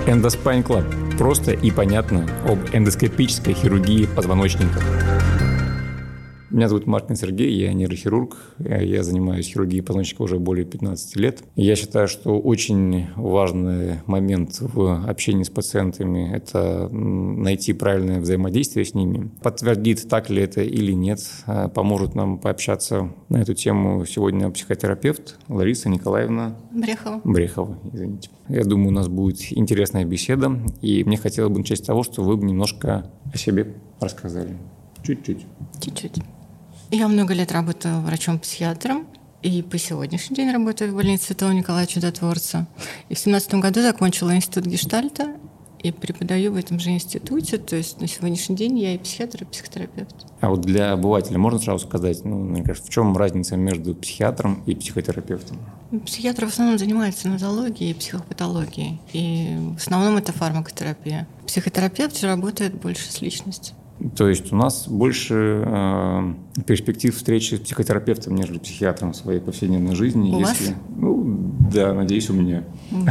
Endospine Club. Просто и понятно об эндоскопической хирургии позвоночника. Меня зовут Маркин Сергей, я нейрохирург. Я занимаюсь хирургией позвоночника уже более 15 лет. Я считаю, что очень важный момент в общении с пациентами – это найти правильное взаимодействие с ними. Подтвердит, так ли это или нет, поможет нам пообщаться на эту тему сегодня психотерапевт Лариса Николаевна Брехова. Извините. Я думаю, у нас будет интересная беседа, и мне хотелось бы начать с того, что вы бы немножко о себе рассказали. Чуть-чуть. Я много лет работаю врачом-психиатром и по сегодняшний день работаю в больнице Святого Николая Чудотворца. И в 2017 году закончила институт Гештальта и преподаю в этом же институте. То есть на сегодняшний день я и психиатр, и психотерапевт. А вот для обывателя можно сразу сказать, мне кажется, в чем разница между психиатром и психотерапевтом? Психиатр в основном занимается нозологией и психопатологией. И в основном это фармакотерапия. Психотерапевт же работает больше с личностью. То есть у нас больше перспектив встречи с психотерапевтом, нежели психиатром в своей повседневной жизни. У вас? Да, надеюсь, у меня.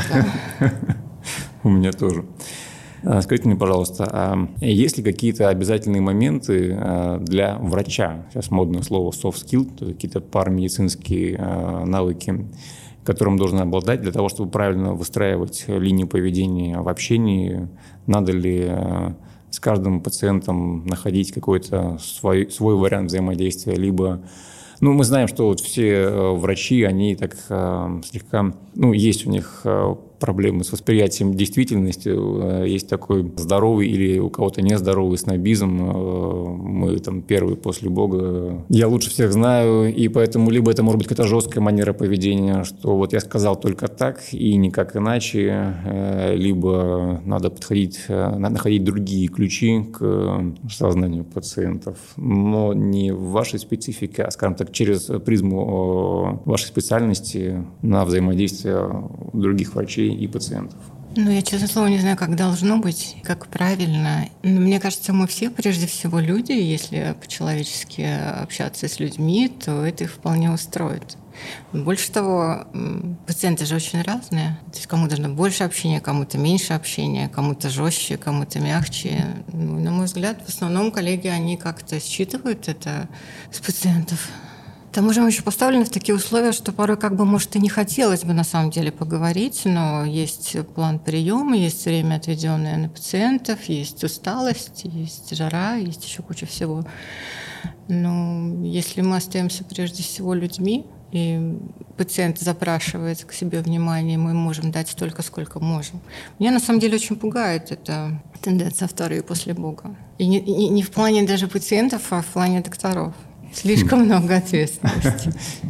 У меня тоже. Скажите мне, пожалуйста, а есть ли какие-то обязательные моменты для врача, сейчас модное слово soft skill, то есть какие-то парамедицинские навыки, которым должен обладать для того, чтобы правильно выстраивать линию поведения в общении? Надо ли с каждым пациентом находить какой-то свой вариант взаимодействия, либо... мы знаем, что вот все врачи, они так слегка... есть у них проблемы с восприятием действительности, есть такой здоровый или у кого-то нездоровый снобизм. Мы там первые после Бога. Я лучше всех знаю, и поэтому либо это может быть какая-то жесткая манера поведения, что вот я сказал только так и никак иначе, либо надо находить другие ключи к сознанию пациентов, но не в вашей специфике, а, скажем так, через призму вашей специальности на взаимодействие других врачей и пациентов. Я, честное слово, не знаю, как должно быть, как правильно. Но мне кажется, мы все, прежде всего, люди. Если по-человечески общаться с людьми, то это их вполне устроит. Больше того, пациенты же очень разные. То есть кому-то нужно больше общения, кому-то меньше общения, кому-то жестче, кому-то мягче. На мой взгляд, в основном коллеги, они как-то считывают это с пациентов. К тому же мы еще поставлены в такие условия, что порой может и не хотелось бы на самом деле поговорить, но есть план приема, есть время, отведенное на пациентов, есть усталость, есть жара, есть еще куча всего. Но если мы остаемся прежде всего людьми, и пациент запрашивает к себе внимание, мы можем дать столько, сколько можем. Меня на самом деле очень пугает эта тенденция вторые после Бога. И не в плане даже пациентов, а в плане докторов. Слишком много ответственности.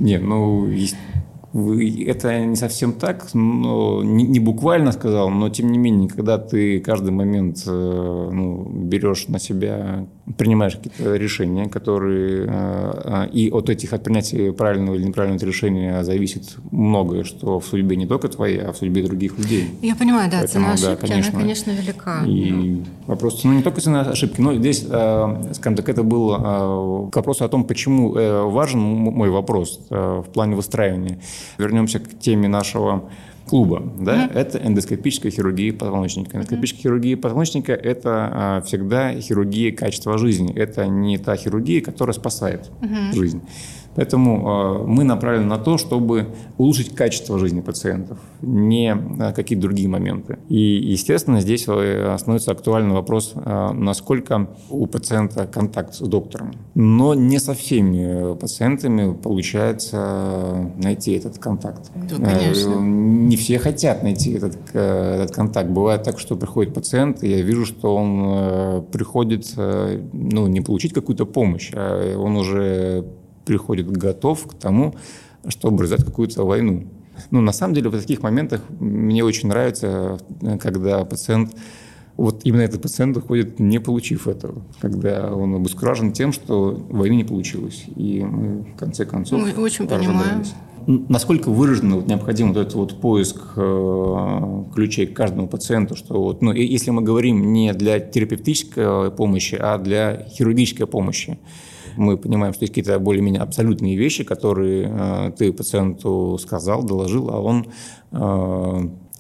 Это не совсем так, но не буквально сказал, но тем не менее, когда ты каждый момент берешь на себя, принимаешь какие-то решения, которые и от принятия правильного или неправильного решения зависит многое, что в судьбе не только твоей, а в судьбе других людей. Я понимаю, да, цена ошибки, она, конечно, велика. И вопрос, не только цена ошибки, но здесь, скажем так, это был к вопросу о том, почему важен мой вопрос в плане выстраивания. Вернемся к теме нашего клуба. Да? Это эндоскопическая хирургия позвоночника. Эндоскопическая хирургия позвоночника – это всегда хирургия качества жизни. Это не та хирургия, которая спасает жизнь. Поэтому мы направлены на то, чтобы улучшить качество жизни пациентов, не какие-то другие моменты. И, естественно, здесь становится актуальный вопрос, насколько у пациента контакт с доктором. Но не со всеми пациентами получается найти этот контакт. Да, конечно. Не все хотят найти этот контакт. Бывает так, что приходит пациент, и я вижу, что он приходит не получить какую-то помощь, а он уже приходит готов к тому, чтобы развязать какую-то войну. На самом деле, в таких моментах мне очень нравится, когда пациент, именно этот пациент уходит, не получив этого, когда он обескуражен тем, что войны не получилось. И мы, в конце концов, очень понимаю. Насколько выражен необходим этот поиск ключей к каждому пациенту, что если мы говорим не для терапевтической помощи, а для хирургической помощи, мы понимаем, что есть какие-то более-менее абсолютные вещи, которые ты пациенту сказал, доложил, а он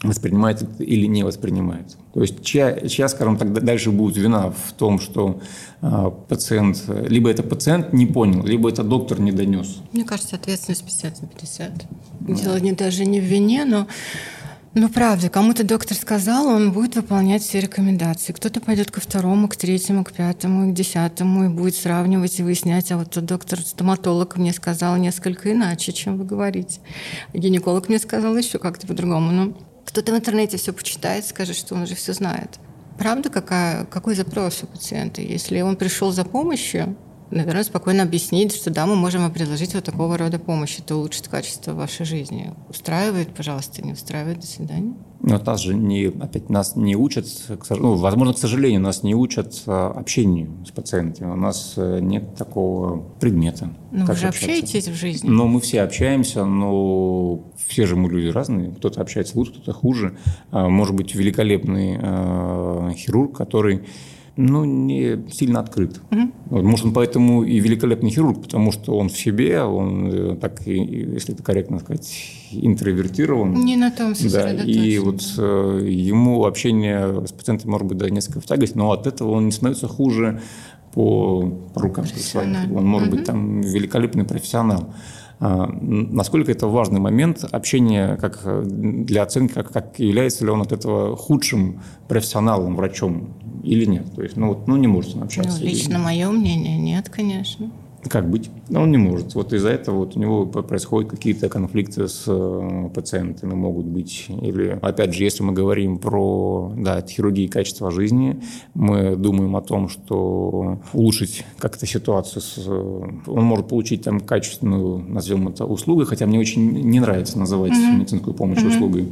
воспринимает это или не воспринимает. То есть чья, скажем так, дальше будет вина в том, что пациент, либо это пациент не понял, либо это доктор не донес. Мне кажется, ответственность 50/50. Дело даже не в вине, но правда, кому-то доктор сказал, он будет выполнять все рекомендации. Кто-то пойдет ко второму, к третьему, к пятому, к десятому и будет сравнивать и выяснять, а вот тот доктор-стоматолог мне сказал несколько иначе, чем вы говорите. Гинеколог мне сказал еще как-то по-другому. Но кто-то в интернете все почитает, скажет, что он уже все знает. Правда, какой запрос у пациента? Если он пришел за помощью, наверное, спокойно объяснить, что да, мы можем вам предложить вот такого рода помощь. Это улучшит качество вашей жизни. Устраивает, пожалуйста, не устраивает, до свидания. Но нас же нас не учат, возможно, к сожалению, нас не учат общению с пациентами. У нас нет такого предмета. Но вы же общаетесь в жизни. Но мы все общаемся, но все же мы люди разные. Кто-то общается лучше, кто-то хуже. Может быть, великолепный хирург, который не сильно открыт. Угу. Может, он поэтому и великолепный хирург, потому что он в себе, он так, если это корректно сказать, интровертирован. Не на том сосредоточен. Да, и вот ему общение с пациентом может быть несколько в тягость, но от этого он не становится хуже по рукам своим. Он может быть там великолепный профессионал. Насколько это важный момент общения для оценки, как является ли он от этого худшим профессионалом, врачом или нет. То есть, не может он общаться. Лично мое мнение, нет, конечно. Как быть? Он не может. Вот из-за этого у него происходят какие-то конфликты с пациентами, могут быть. Или, опять же, если мы говорим про хирургию и качество жизни, мы думаем о том, что улучшить как-то ситуацию. Он может получить там качественную, назовем это, услугу, хотя мне очень не нравится называть медицинскую помощь услугой.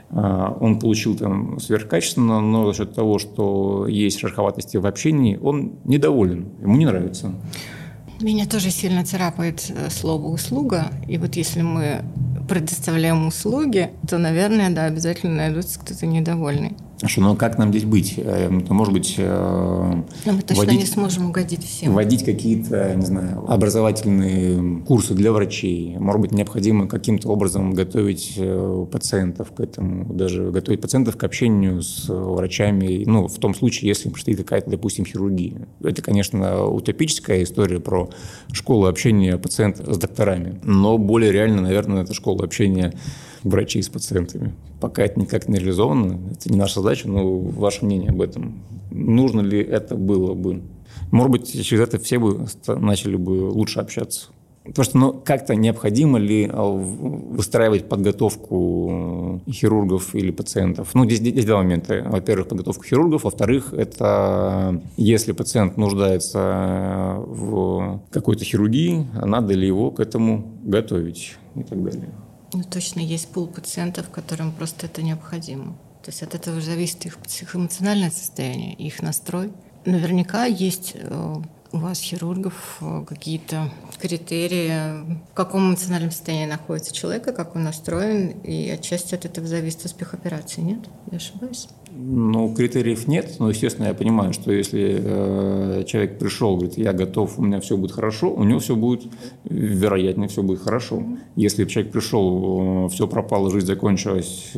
Он получил там сверхкачественно, но за счет того, что есть шероховатости в общении, он недоволен, ему не нравится. Меня тоже сильно царапает слово «услуга». И вот если мы предоставляем услуги, то, наверное, обязательно найдется кто-то недовольный. Как нам здесь быть? Может быть, но мы точно не сможем угодить всем. Вводить какие-то, не знаю, образовательные курсы для врачей. Может быть, необходимо каким-то образом готовить пациентов к этому, даже готовить пациентов к общению с врачами, в том случае, если им предстоит какая-то, допустим, хирургия. Это, конечно, утопическая история про школу общения пациента с докторами, но более реально, наверное, это школа общения врачей с пациентами. Пока это никак не реализовано, это не наша задача, но ваше мнение об этом. Нужно ли это было бы? Может быть, через это все бы начали бы лучше общаться. Потому что как-то необходимо ли выстраивать подготовку хирургов или пациентов? Здесь два момента. Во-первых, подготовку хирургов. Во-вторых, это если пациент нуждается в какой-то хирургии, надо ли его к этому готовить и так далее. Точно есть пул пациентов, которым просто это необходимо. То есть от этого зависит их психоэмоциональное состояние, их настрой. Наверняка есть у вас, хирургов, какие-то критерии, в каком эмоциональном состоянии находится человек, и как он настроен, и отчасти от этого зависит успех операции, нет? Я ошибаюсь? Критериев нет, но, естественно, я понимаю, что если человек пришел, говорит, я готов, у меня все будет хорошо, у него все будет, вероятнее, все будет хорошо. Если человек пришел, все пропало, жизнь закончилась,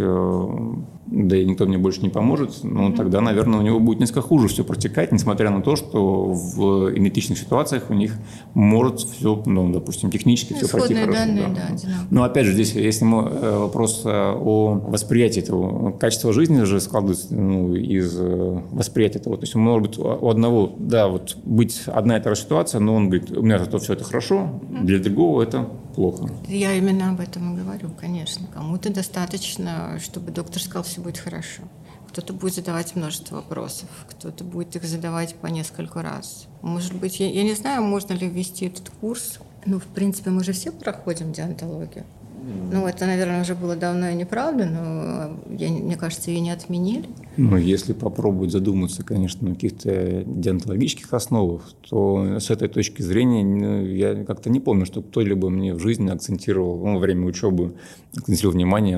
да и никто мне больше не поможет, тогда, наверное, у него будет несколько хуже все протекать, несмотря на то, что в идентичных ситуациях у них может все, допустим, технически все пройти хорошо. Данные, но, опять же, здесь, если мы вопрос о восприятии этого, качество жизни же складывается из восприятия этого. То есть, может быть, у одного, быть одна и та же ситуация, но он говорит, у меня зато все это хорошо, для другого это плохо. Я именно об этом и говорю, конечно. Кому-то достаточно, чтобы доктор сказал, все будет хорошо. Кто-то будет задавать множество вопросов, кто-то будет их задавать по несколько раз. Может быть, я не знаю, можно ли ввести этот курс. В принципе, мы же все проходим диантологию. Это, наверное, уже было давно и неправда, но, мне кажется, ее не отменили. Если попробовать задуматься, конечно, на каких-то диантологических основах, то с этой точки зрения я как-то не помню, что кто-либо мне в жизни акцентировал, во время учебы, акцентировал внимание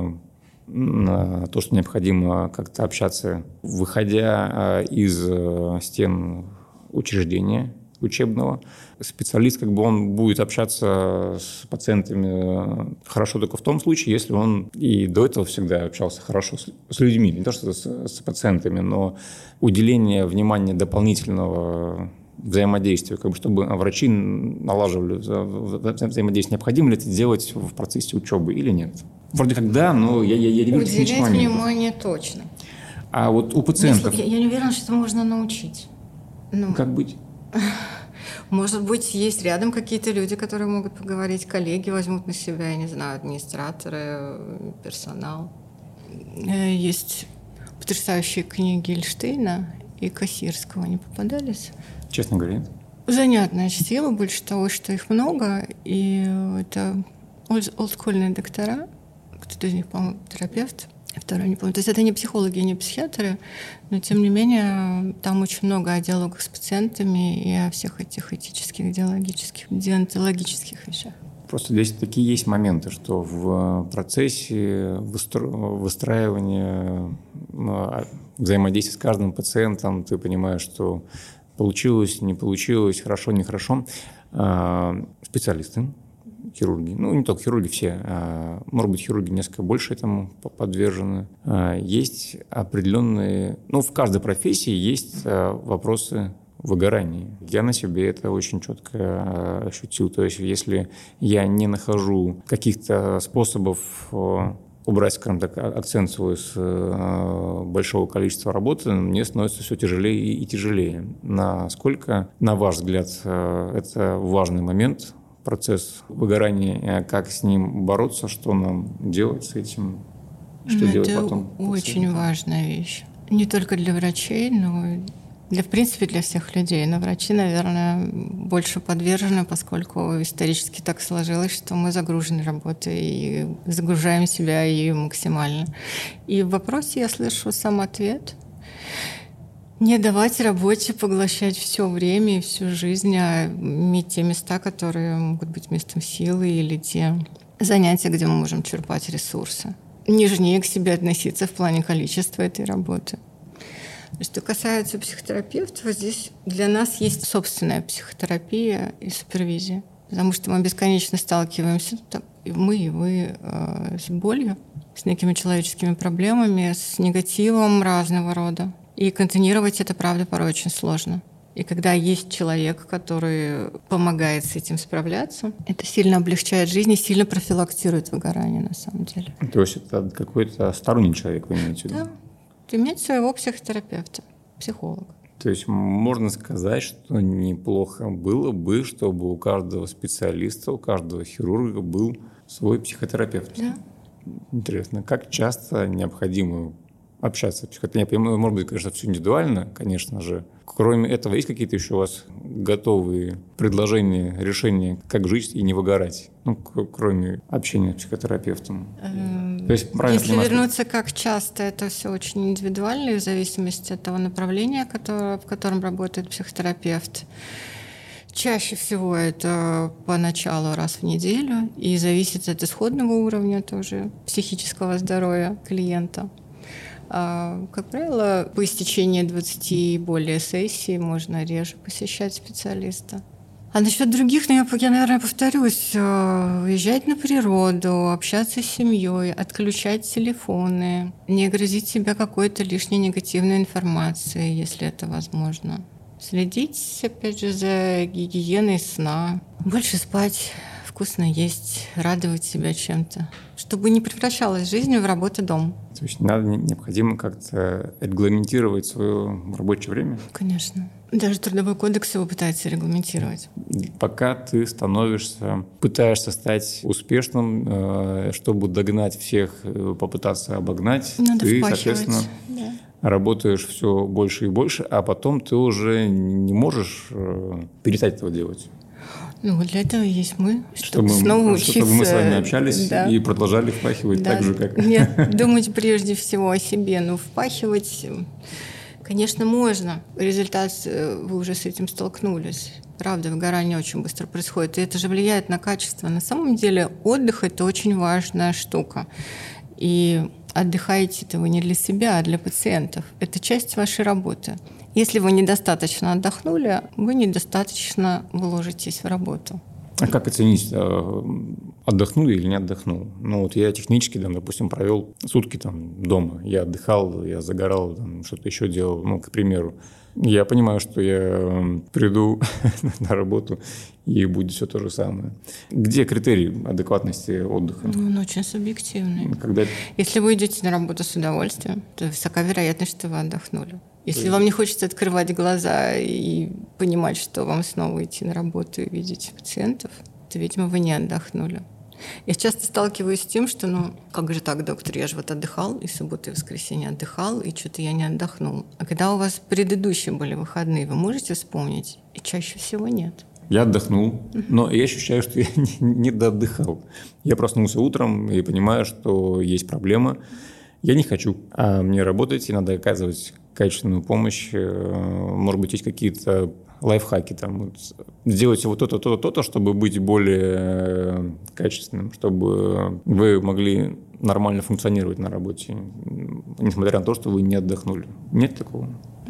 на то, что необходимо как-то общаться. Выходя из стен учреждения, учебного. Специалист, как бы он будет общаться с пациентами хорошо только в том случае, если он и до этого всегда общался хорошо с людьми, не то что с пациентами, но уделение внимания дополнительного взаимодействия, как бы, чтобы врачи налаживали взаимодействие. Необходимо ли это делать в процессе учебы или нет? Вроде как да, но я не вижу технических моментов. Уделять внимание точно. А вот у пациентов... Я не уверена, что это можно научить. Как быть? Может быть, есть рядом какие-то люди, которые могут поговорить, коллеги возьмут на себя, я не знаю, администраторы, персонал. Есть потрясающие книги Эльштейна и Кассирского. Не попадались? Честно говоря, нет. Занятное чтиво, больше того, что их много. И это олдскульные доктора. Кто-то из них, по-моему, терапевт. Второй не помню. То есть это не психологи, не психиатры, но тем не менее там очень много о диалогах с пациентами и о всех этих этических, деонтологических вещах. Просто здесь такие есть моменты, что в процессе выстраивания взаимодействия с каждым пациентом ты понимаешь, что получилось, не получилось, хорошо, нехорошо. Специалисты, хирурги, не только хирурги, все, может быть, хирурги несколько больше этому подвержены. Есть определенные, в каждой профессии есть вопросы выгорания. Я на себе это очень четко ощутил. То есть, если я не нахожу каких-то способов убрать, скажем так, акцент свой с большого количества работы, мне становится все тяжелее и тяжелее. Насколько, на ваш взгляд, это важный момент, процесс выгорания, как с ним бороться, что нам делать с этим, что делать потом? Это очень важная вещь. Не только для врачей, но в принципе, для всех людей. Но врачи, наверное, больше подвержены, поскольку исторически так сложилось, что мы загружены работой и загружаем себя ее максимально. И в вопросе я слышу сам ответ. Не давать работе поглощать все время и всю жизнь, а иметь те места, которые могут быть местом силы, или те занятия, где мы можем черпать ресурсы. Нежнее к себе относиться в плане количества этой работы. Что касается психотерапевтов, здесь для нас есть собственная психотерапия и супервизия. Потому что мы бесконечно сталкиваемся, и мы, и вы, с болью, с некими человеческими проблемами, с негативом разного рода. И контейнировать это, правда, порой очень сложно. И когда есть человек, который помогает с этим справляться, это сильно облегчает жизнь и сильно профилактирует выгорание, на самом деле. То есть это какой-то сторонний человек, вы имеете в виду? Да. Иметь своего психотерапевта, психолога. То есть можно сказать, что неплохо было бы, чтобы у каждого специалиста, у каждого хирурга был свой психотерапевт. Да. Интересно, как часто необходимо общаться с психотерапевтом? Может быть, конечно, все индивидуально, конечно же. Кроме этого, есть какие-то еще у вас готовые предложения, решения, как жить и не выгорать? Кроме общения с психотерапевтом. То есть, если вернуться, как часто, это все очень индивидуально, и в зависимости от того направления, в котором работает психотерапевт. Чаще всего это поначалу раз в неделю, и зависит от исходного уровня тоже психического здоровья клиента. Как правило, по истечении 20 и более сессий можно реже посещать специалиста. А насчет других, я, наверное, повторюсь, уезжать на природу, общаться с семьей, отключать телефоны, не грозить себя какой-то лишней негативной информацией, если это возможно. Следить, опять же, за гигиеной сна, больше спать, вкусно есть, радовать себя чем-то, чтобы не превращалась жизнь в работу-дом. То есть необходимо как-то регламентировать свое рабочее время? Конечно. Даже Трудовой кодекс его пытается регламентировать. Пока ты пытаешься стать успешным, чтобы догнать всех, попытаться обогнать, надо ты, впахивать. соответственно, работаешь все больше и больше, а потом ты уже не можешь перестать этого делать. Для этого есть мы, чтобы снова учиться. Чтобы мы с вами общались и продолжали впахивать так же, как... Нет, думать прежде всего о себе. Впахивать, конечно, можно. Результат, вы уже с этим столкнулись. Правда, выгорание очень быстро происходит. И это же влияет на качество. На самом деле отдых – это очень важная штука. И отдыхаете-то вы не для себя, а для пациентов. Это часть вашей работы. Если вы недостаточно отдохнули, вы недостаточно вложитесь в работу. А как оценить, отдохнул или не отдохнул? Ну, вот я технически, там, допустим, провел сутки там, дома. Я отдыхал, я загорал, там, что-то еще делал, ну, к примеру. Я понимаю, что я приду на работу, и будет все то же самое. Где критерий адекватности отдыха? Он очень субъективный. Когда... Если вы идете на работу с удовольствием, то высока вероятность, что вы отдохнули. Если вам не хочется открывать глаза и понимать, что вам снова идти на работу и видеть пациентов, то, видимо, вы не отдохнули. Я часто сталкиваюсь с тем, что, как же так, доктор, я же вот отдыхал, и субботу, и воскресенье отдыхал, и что-то я не отдохнул. А когда у вас предыдущие были выходные, вы можете вспомнить? И чаще всего нет. Я отдохнул, но я ощущаю, что я не доотдыхал. Я проснулся утром и понимаю, что есть проблема. Я не хочу, а мне работать, и надо оказывать качественную помощь. Может быть, есть какие-то лайфхаки, там, вот, сделайте вот то-то, то-то, то-то, чтобы быть более качественным, чтобы вы могли нормально функционировать на работе, несмотря на то, что вы не отдохнули. Нет такого?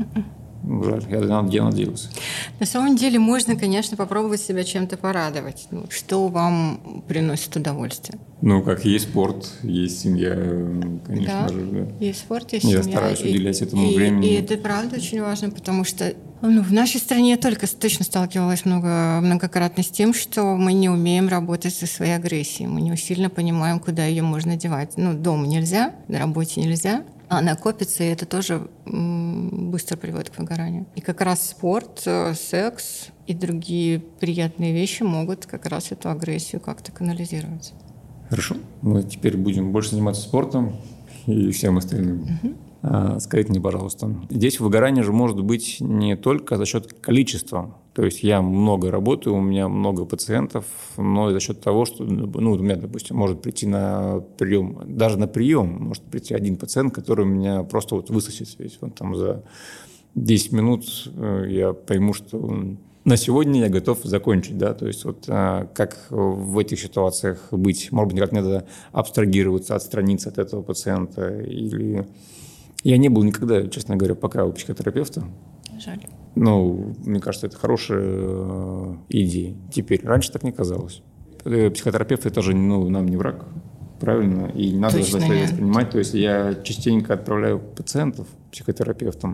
Жаль, я надеялся. На самом деле можно, конечно, попробовать себя чем-то порадовать. Что вам приносит удовольствие? Как есть спорт, есть семья, конечно же. Да. Есть спорт, есть семья. Я стараюсь уделять этому времени. И это правда очень важно, потому что в нашей стране я точно сталкивалась многократно с тем, что мы не умеем работать со своей агрессией. Мы не сильно понимаем, куда ее можно девать. Дома нельзя, на работе нельзя. Она копится, и это тоже быстро приводит к выгоранию. И как раз спорт, секс и другие приятные вещи могут как раз эту агрессию как-то канализировать. Хорошо. Мы теперь будем больше заниматься спортом и всем остальным. Скажите мне, пожалуйста, здесь выгорание же может быть не только за счет количества. То есть я много работаю, у меня много пациентов, но и за счет того, что у меня, допустим, может прийти на прием, даже на прием может прийти один пациент, который у меня просто высосет весь. Там за 10 минут я пойму, что на сегодня я готов закончить. Да? То есть как в этих ситуациях быть? Может быть, как надо абстрагироваться, отстраниться от этого пациента? Или... Я не был никогда, честно говоря, пока у психотерапевта. Жаль. Мне кажется, это хорошая идея. Теперь. Раньше так не казалось. Психотерапевт – это же нам не враг, правильно? И не надо воспринимать. То есть я частенько отправляю пациентов к психотерапевтам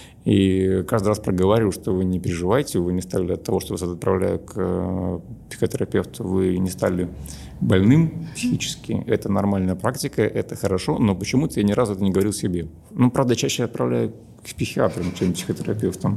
и каждый раз проговариваю, что вы не переживайте, вы не стали от того, что вас отправляю к психотерапевту, вы не стали больным психически. Это нормальная практика, это хорошо, но почему-то я ни разу это не говорил себе. Правда, чаще отправляю к психиатрам, чем к психотерапевтам.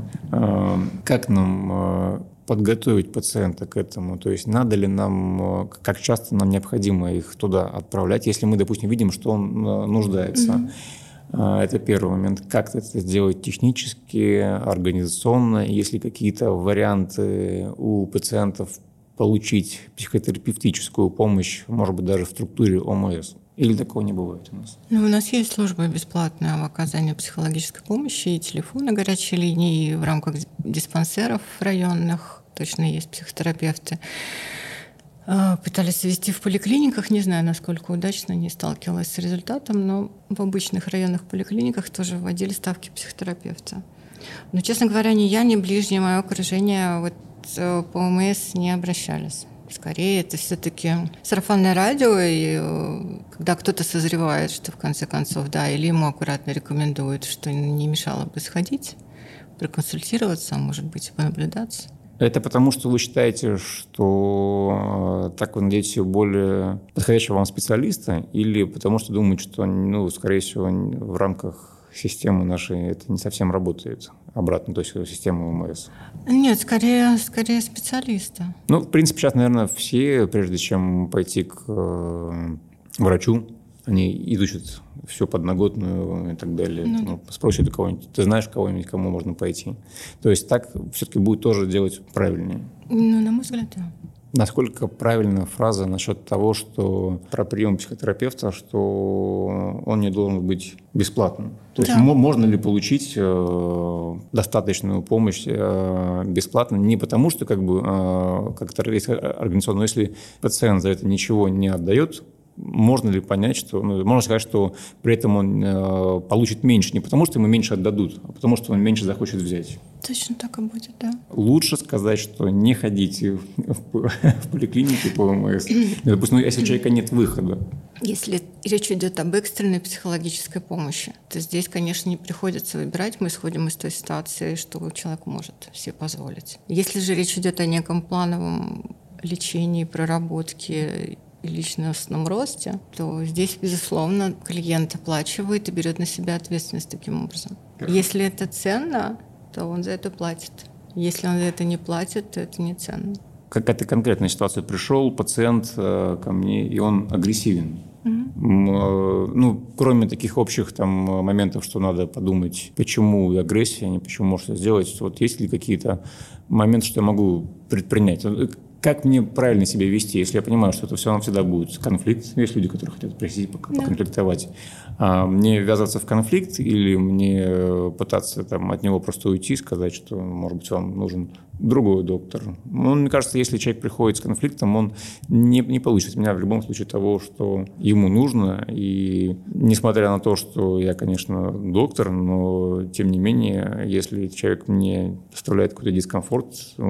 Как нам подготовить пациента к этому? То есть надо ли нам, как часто нам необходимо их туда отправлять, если мы, допустим, видим, что он нуждается? Это первый момент. Как это сделать технически, организационно? Есть ли какие-то варианты у пациентов получить психотерапевтическую помощь, может быть, даже в структуре ОМС? Или такого не бывает у нас? У нас есть служба бесплатная в оказании психологической помощи, и телефоны горячей линии, и в рамках диспансеров районных точно есть психотерапевты. Пытались ввести в поликлиниках, не знаю, насколько удачно, не сталкивалась с результатом, но в обычных районных поликлиниках тоже вводили ставки психотерапевта. Но, честно говоря, ни я, ни ближнее мое окружение по ОМС не обращались. Скорее, это все-таки сарафанное радио, и когда кто-то созревает, что в конце концов, или ему аккуратно рекомендуют, что не мешало бы сходить, проконсультироваться, а может быть, понаблюдаться. Это потому, что вы считаете, что так вы найдете более подходящего вам специалиста, или потому что думаете, что, скорее всего, в рамках системы нашей это не совсем работает обратно, то есть система ОМС? Нет, скорее специалиста. В принципе, сейчас, наверное, все, прежде чем пойти к врачу, они изучат всю подноготную и так далее. Спросят у кого-нибудь, ты знаешь кого-нибудь, кому можно пойти? То есть так все-таки будет тоже делать правильнее. На мой взгляд, да. Насколько правильна фраза насчет того, что про прием психотерапевта, что он не должен быть бесплатным? То есть можно ли получить достаточную помощь бесплатно? Не потому, что как-то есть организационно, но если пациент за это ничего не отдает, можно ли понять, что... можно сказать, что при этом он получит меньше не потому, что ему меньше отдадут, а потому, что он меньше захочет взять. Точно так и будет, да. Лучше сказать, что не ходите в поликлинике по ВМС. Допустим, если у человека нет выхода. Если речь идет об экстренной психологической помощи, то здесь, конечно, не приходится выбирать. Мы исходим из той ситуации, что человек может себе позволить. Если же речь идет о неком плановом лечении, проработке и личностном росте, то здесь, безусловно, клиент оплачивает и берет на себя ответственность таким образом. Если это ценно, то он за это платит. Если он за это не платит, то это не ценно. Какая-то конкретная ситуация. Пришел пациент ко мне, и он агрессивен. Кроме таких общих там моментов, что надо подумать, почему агрессия, не почему можно сделать. Вот есть ли какие-то моменты, что я могу предпринять? Как мне правильно себя вести, если я понимаю, что это все равно всегда будет конфликт? Есть люди, которые хотят прийти поконфликтовать. Мне ввязаться в конфликт или мне пытаться от него просто уйти, сказать, что, может быть, вам нужен другой доктор? Мне кажется, если человек приходит с конфликтом, он не получит от меня в любом случае того, что ему нужно. И несмотря на то, что я, конечно, доктор, но тем не менее, если человек мне доставляет какой-то дискомфорт,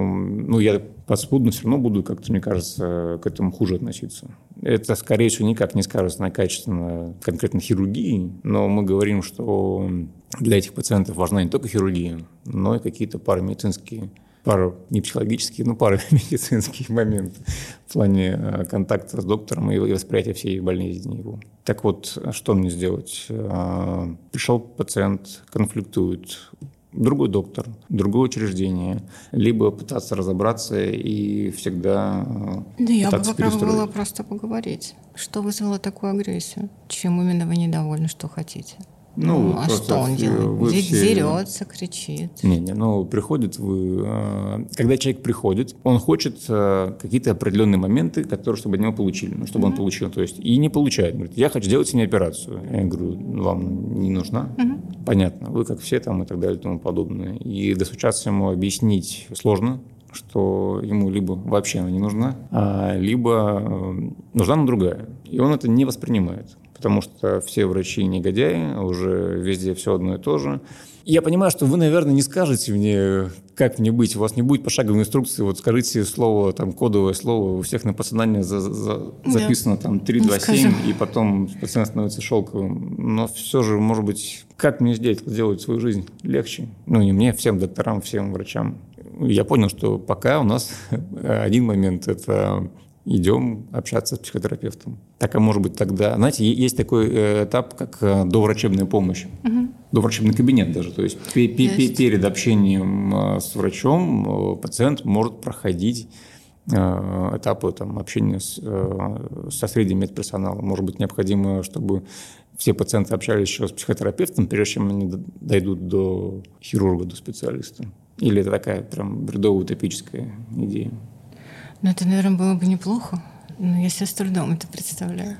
я подспудно все равно буду, как-то, мне кажется, к этому хуже относиться. Это, скорее всего, никак не скажется на качественно конкретно хирургии, но мы говорим, что для этих пациентов важна не только хирургия, но и какие-то парамедицинские, не психологические, но парамедицинские моменты в плане контакта с доктором и восприятия всей болезни его. Так вот, что мне сделать? Пришел пациент, конфликтует, другой доктор, другое учреждение, либо пытаться разобраться и всегда я бы попробовала просто поговорить. Что вызвало такую агрессию? Чем именно вы недовольны, что хотите? Что он делает? Дерется, кричит. Приходит когда человек приходит, он хочет какие-то определенные моменты, которые, чтобы от него получили, чтобы он получил, то есть, и не получает. Говорит, я хочу сделать себе операцию. Я говорю, вам не нужна? Понятно, вы как все там и так далее и тому подобное. И достучаться ему объяснить сложно, что ему либо вообще она не нужна, либо нужна она другая. И он это не воспринимает. Потому что все врачи негодяи, уже везде все одно и то же. Я понимаю, что вы, наверное, не скажете мне, как мне быть. У вас не будет пошаговой инструкции. Вот скажите слово, кодовое слово. У всех на подсознании записано 3, 2, 7, и потом пациент становится шелковым. Но все же, может быть, как мне сделать свою жизнь легче? Не мне, всем докторам, всем врачам. Я понял, что пока у нас один момент – это идем общаться с психотерапевтом. Так, может быть, тогда... Знаете, есть такой этап, как доврачебная помощь. Доврачебный кабинет даже. То есть перед общением с врачом пациент может проходить этапы общения со средним медперсоналом. Может быть, необходимо, чтобы все пациенты общались еще с психотерапевтом, прежде чем они дойдут до хирурга, до специалиста. Или это такая прям бредовая утопическая идея? Это, наверное, было бы неплохо, но я себе с трудом это представляю.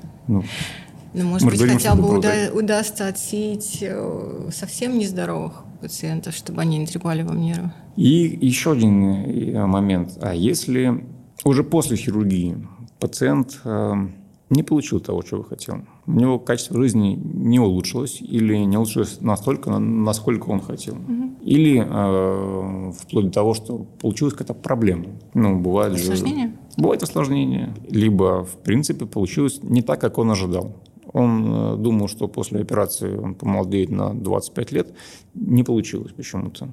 Может быть, хотя бы удастся отсеять совсем нездоровых пациентов, чтобы они не трепали вам нервы. И еще один момент. А если уже после хирургии пациент не получил того, чего хотел, у него качество жизни не улучшилось или не улучшилось настолько, насколько он хотел. Или вплоть до того, что получилась какая-то проблема. Бывает осложнение? Бывает осложнение. Либо, в принципе, получилось не так, как он ожидал. Он думал, что после операции он помолодеет на 25 лет. Не получилось почему-то.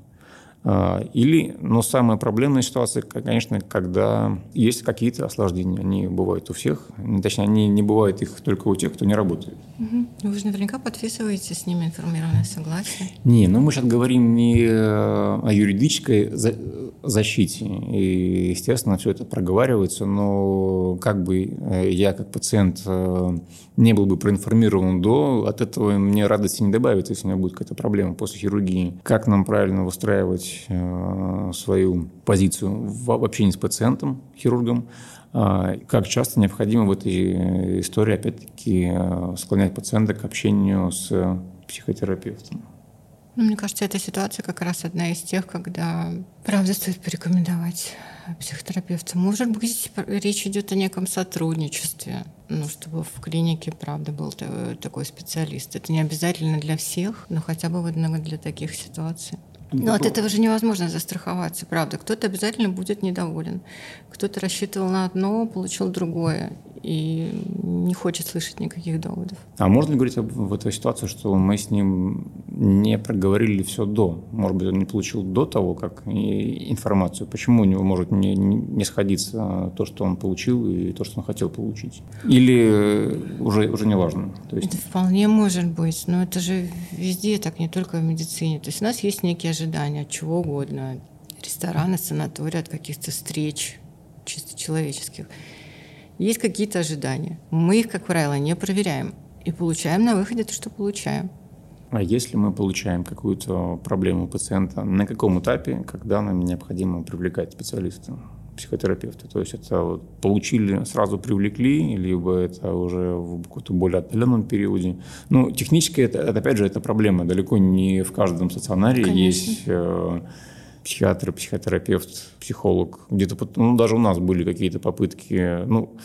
Но самая проблемная ситуация, конечно, когда есть какие-то осложнения. Они бывают у всех. Точнее, они не бывают их только у тех, кто не работает. Вы же наверняка подписываете с ними информированное согласие. Мы сейчас говорим не о юридической защите. И, естественно, все это проговаривается. Но я, как пациент, не был бы проинформирован от этого мне радости не добавится, если у меня будет какая-то проблема после хирургии. Как нам правильно выстраивать свою позицию в общении с пациентом, хирургом, как часто необходимо в этой истории, опять-таки, склонять пациента к общению с психотерапевтом. Ну, мне кажется, эта ситуация как раз одна из тех, когда, правда, стоит порекомендовать психотерапевта. Может быть, речь идет о неком сотрудничестве, ну, чтобы в клинике, правда, был такой специалист. Это не обязательно для всех, но хотя бы вот для таких ситуаций. Но от этого же невозможно застраховаться, правда. Кто-то обязательно будет недоволен. Кто-то рассчитывал на одно, получил другое. И не хочет слышать никаких доводов. А можно ли говорить в этой ситуации, что мы с ним не проговорили все до? Может быть, он не получил до того, как информацию? Почему у него может не сходиться то, что он получил, и то, что он хотел получить? Или уже не важно? То есть... Это вполне может быть, но это же везде так, не только в медицине. То есть у нас есть некие ожидания от чего угодно. От ресторана, санатория, от каких-то встреч чисто человеческих. Есть какие-то ожидания. Мы их, как правило, не проверяем. И получаем на выходе то, что получаем. А если мы получаем какую-то проблему у пациента, на каком этапе, когда нам необходимо привлекать специалиста, психотерапевта? То есть это вот получили, сразу привлекли, либо это уже в каком-то более отдаленном периоде? Ну, технически, это опять же, это проблема. Далеко не в каждом стационаре есть... психиатр, психотерапевт, психолог. Где-то, даже у нас были какие-то попытки. Ну,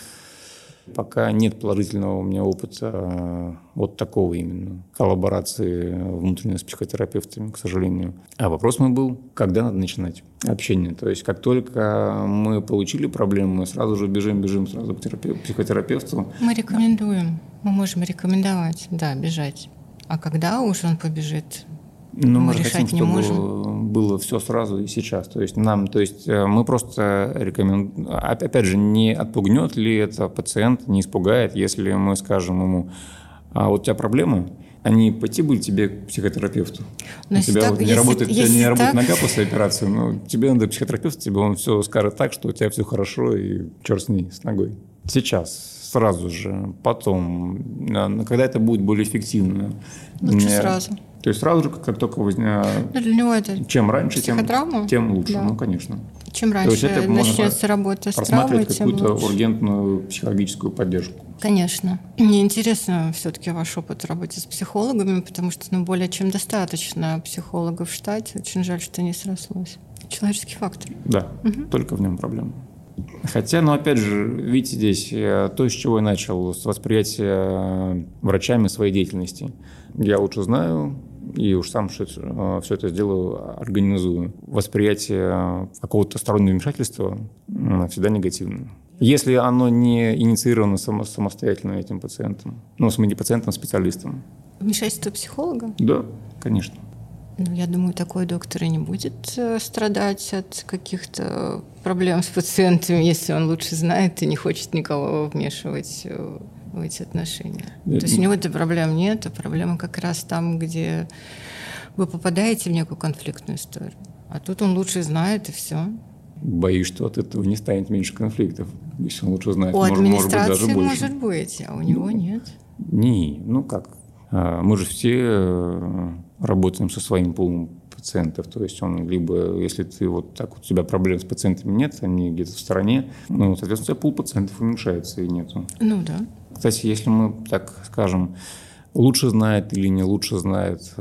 пока нет положительного у меня опыта вот такого именно коллаборации внутренней с психотерапевтами, к сожалению. А вопрос мой был, когда надо начинать общение. То есть, как только мы получили проблему, мы сразу же бежим сразу к психотерапевту. Мы рекомендуем. Мы можем рекомендовать, да, бежать. А когда уж он побежит? Но мы решать хотим, не чтобы можем. было все сразу и сейчас. То есть мы просто рекомендуем, опять же, не отпугнет ли это пациент, не испугает, если мы скажем ему, а вот у тебя проблема, а не пойти будет тебе к психотерапевту. У тебя не работает нога после операции, но тебе надо психотерапевт, тебе он все скажет так, что у тебя все хорошо, и черт с ней, с ногой. Сейчас, сразу же, потом, когда это будет более эффективно. Лучше сразу. То есть сразу же, как только возникает... Для него это чем раньше, тем лучше. Да. Ну, конечно. Чем раньше начнется работа с травмой, тем лучше. Какую-то ургентную психологическую поддержку. Конечно. Мне интересно все-таки ваш опыт работы с психологами, потому что более чем достаточно психологов в штате. Очень жаль, что не срослось. Человеческий фактор. Да, только в нем проблема. Хотя, опять же, видите здесь то, с чего я начал, с восприятия врачами своей деятельности. Я лучше знаю, и уж сам все это сделаю, организую. Восприятие какого-то стороннего вмешательства всегда негативно. Если оно не инициировано самостоятельно этим пациентом, в смысле не пациентом, а специалистом. Вмешательство психолога? Да, конечно. Я думаю, такой доктор и не будет страдать от каких-то проблем с пациентами, если он лучше знает и не хочет никого вмешивать в эти отношения. То есть у него этой проблем нет, а проблема как раз там, где вы попадаете в некую конфликтную историю. А тут он лучше знает, и все. Боюсь, что от этого не станет меньше конфликтов, если он лучше знает. У администрации может быть, даже больше. Может быть, а у него нет. Как? Мы же все работаем со своим пулом пациентов. То есть он либо, если ты вот так вот, у тебя проблем с пациентами нет, они где-то в стороне, соответственно, у тебя пул пациентов уменьшается и нету. Да. Кстати, если мы, так скажем, лучше знает или не лучше знает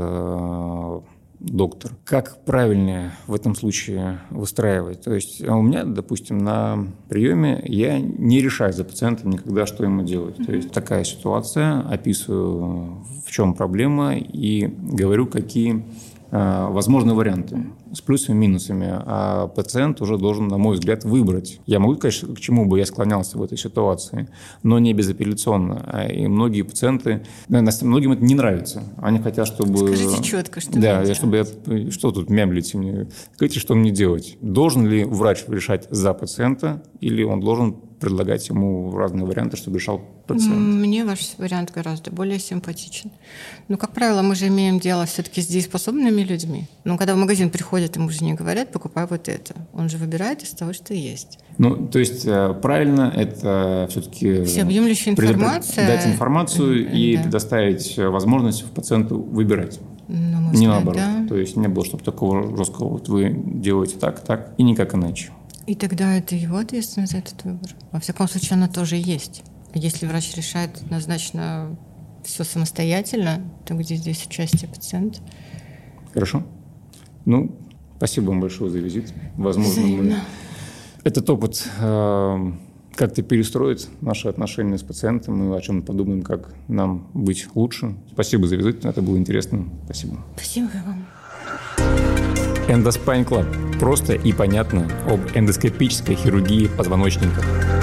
доктор, как правильно в этом случае выстраивать? То есть у меня, допустим, на приеме я не решаю за пациентом никогда, что ему делать. То есть такая ситуация, описываю, в чем проблема, и говорю, какие возможные варианты с плюсами и минусами, а пациент уже должен, на мой взгляд, выбрать. Я могу сказать, к чему бы я склонялся в этой ситуации, но не безапелляционно. И многие пациенты, многим это не нравится. Они хотят, чтобы... Скажите четко, что что тут мямлите мне? Скажите, что мне делать? Должен ли врач решать за пациента, или он должен предлагать ему разные варианты, чтобы решал пациент? Мне ваш вариант гораздо более симпатичен. Как правило, мы же имеем дело все-таки с дееспособными людьми. Когда в магазин приходят, ему же не говорят, покупай вот это. Он же выбирает из того, что есть. То есть правильно это все-таки... Всеобъемлющая информация. Дать информацию и предоставить возможность пациенту выбирать. Не наоборот. Да. То есть не было, чтобы такого жесткого, вот вы делаете так, и никак иначе. И тогда это его ответственность за этот выбор. Во всяком случае, она тоже есть. Если врач решает однозначно все самостоятельно, то где здесь участие пациента? Хорошо? Ну, спасибо вам большое за визит. Возможно, этот опыт как-то перестроит наши отношения с пациентом. Мы о чем подумаем, как нам быть лучше. Спасибо за визит. Это было интересно. Спасибо. Спасибо вам. Endospine Club. Просто и понятно об эндоскопической хирургии позвоночника.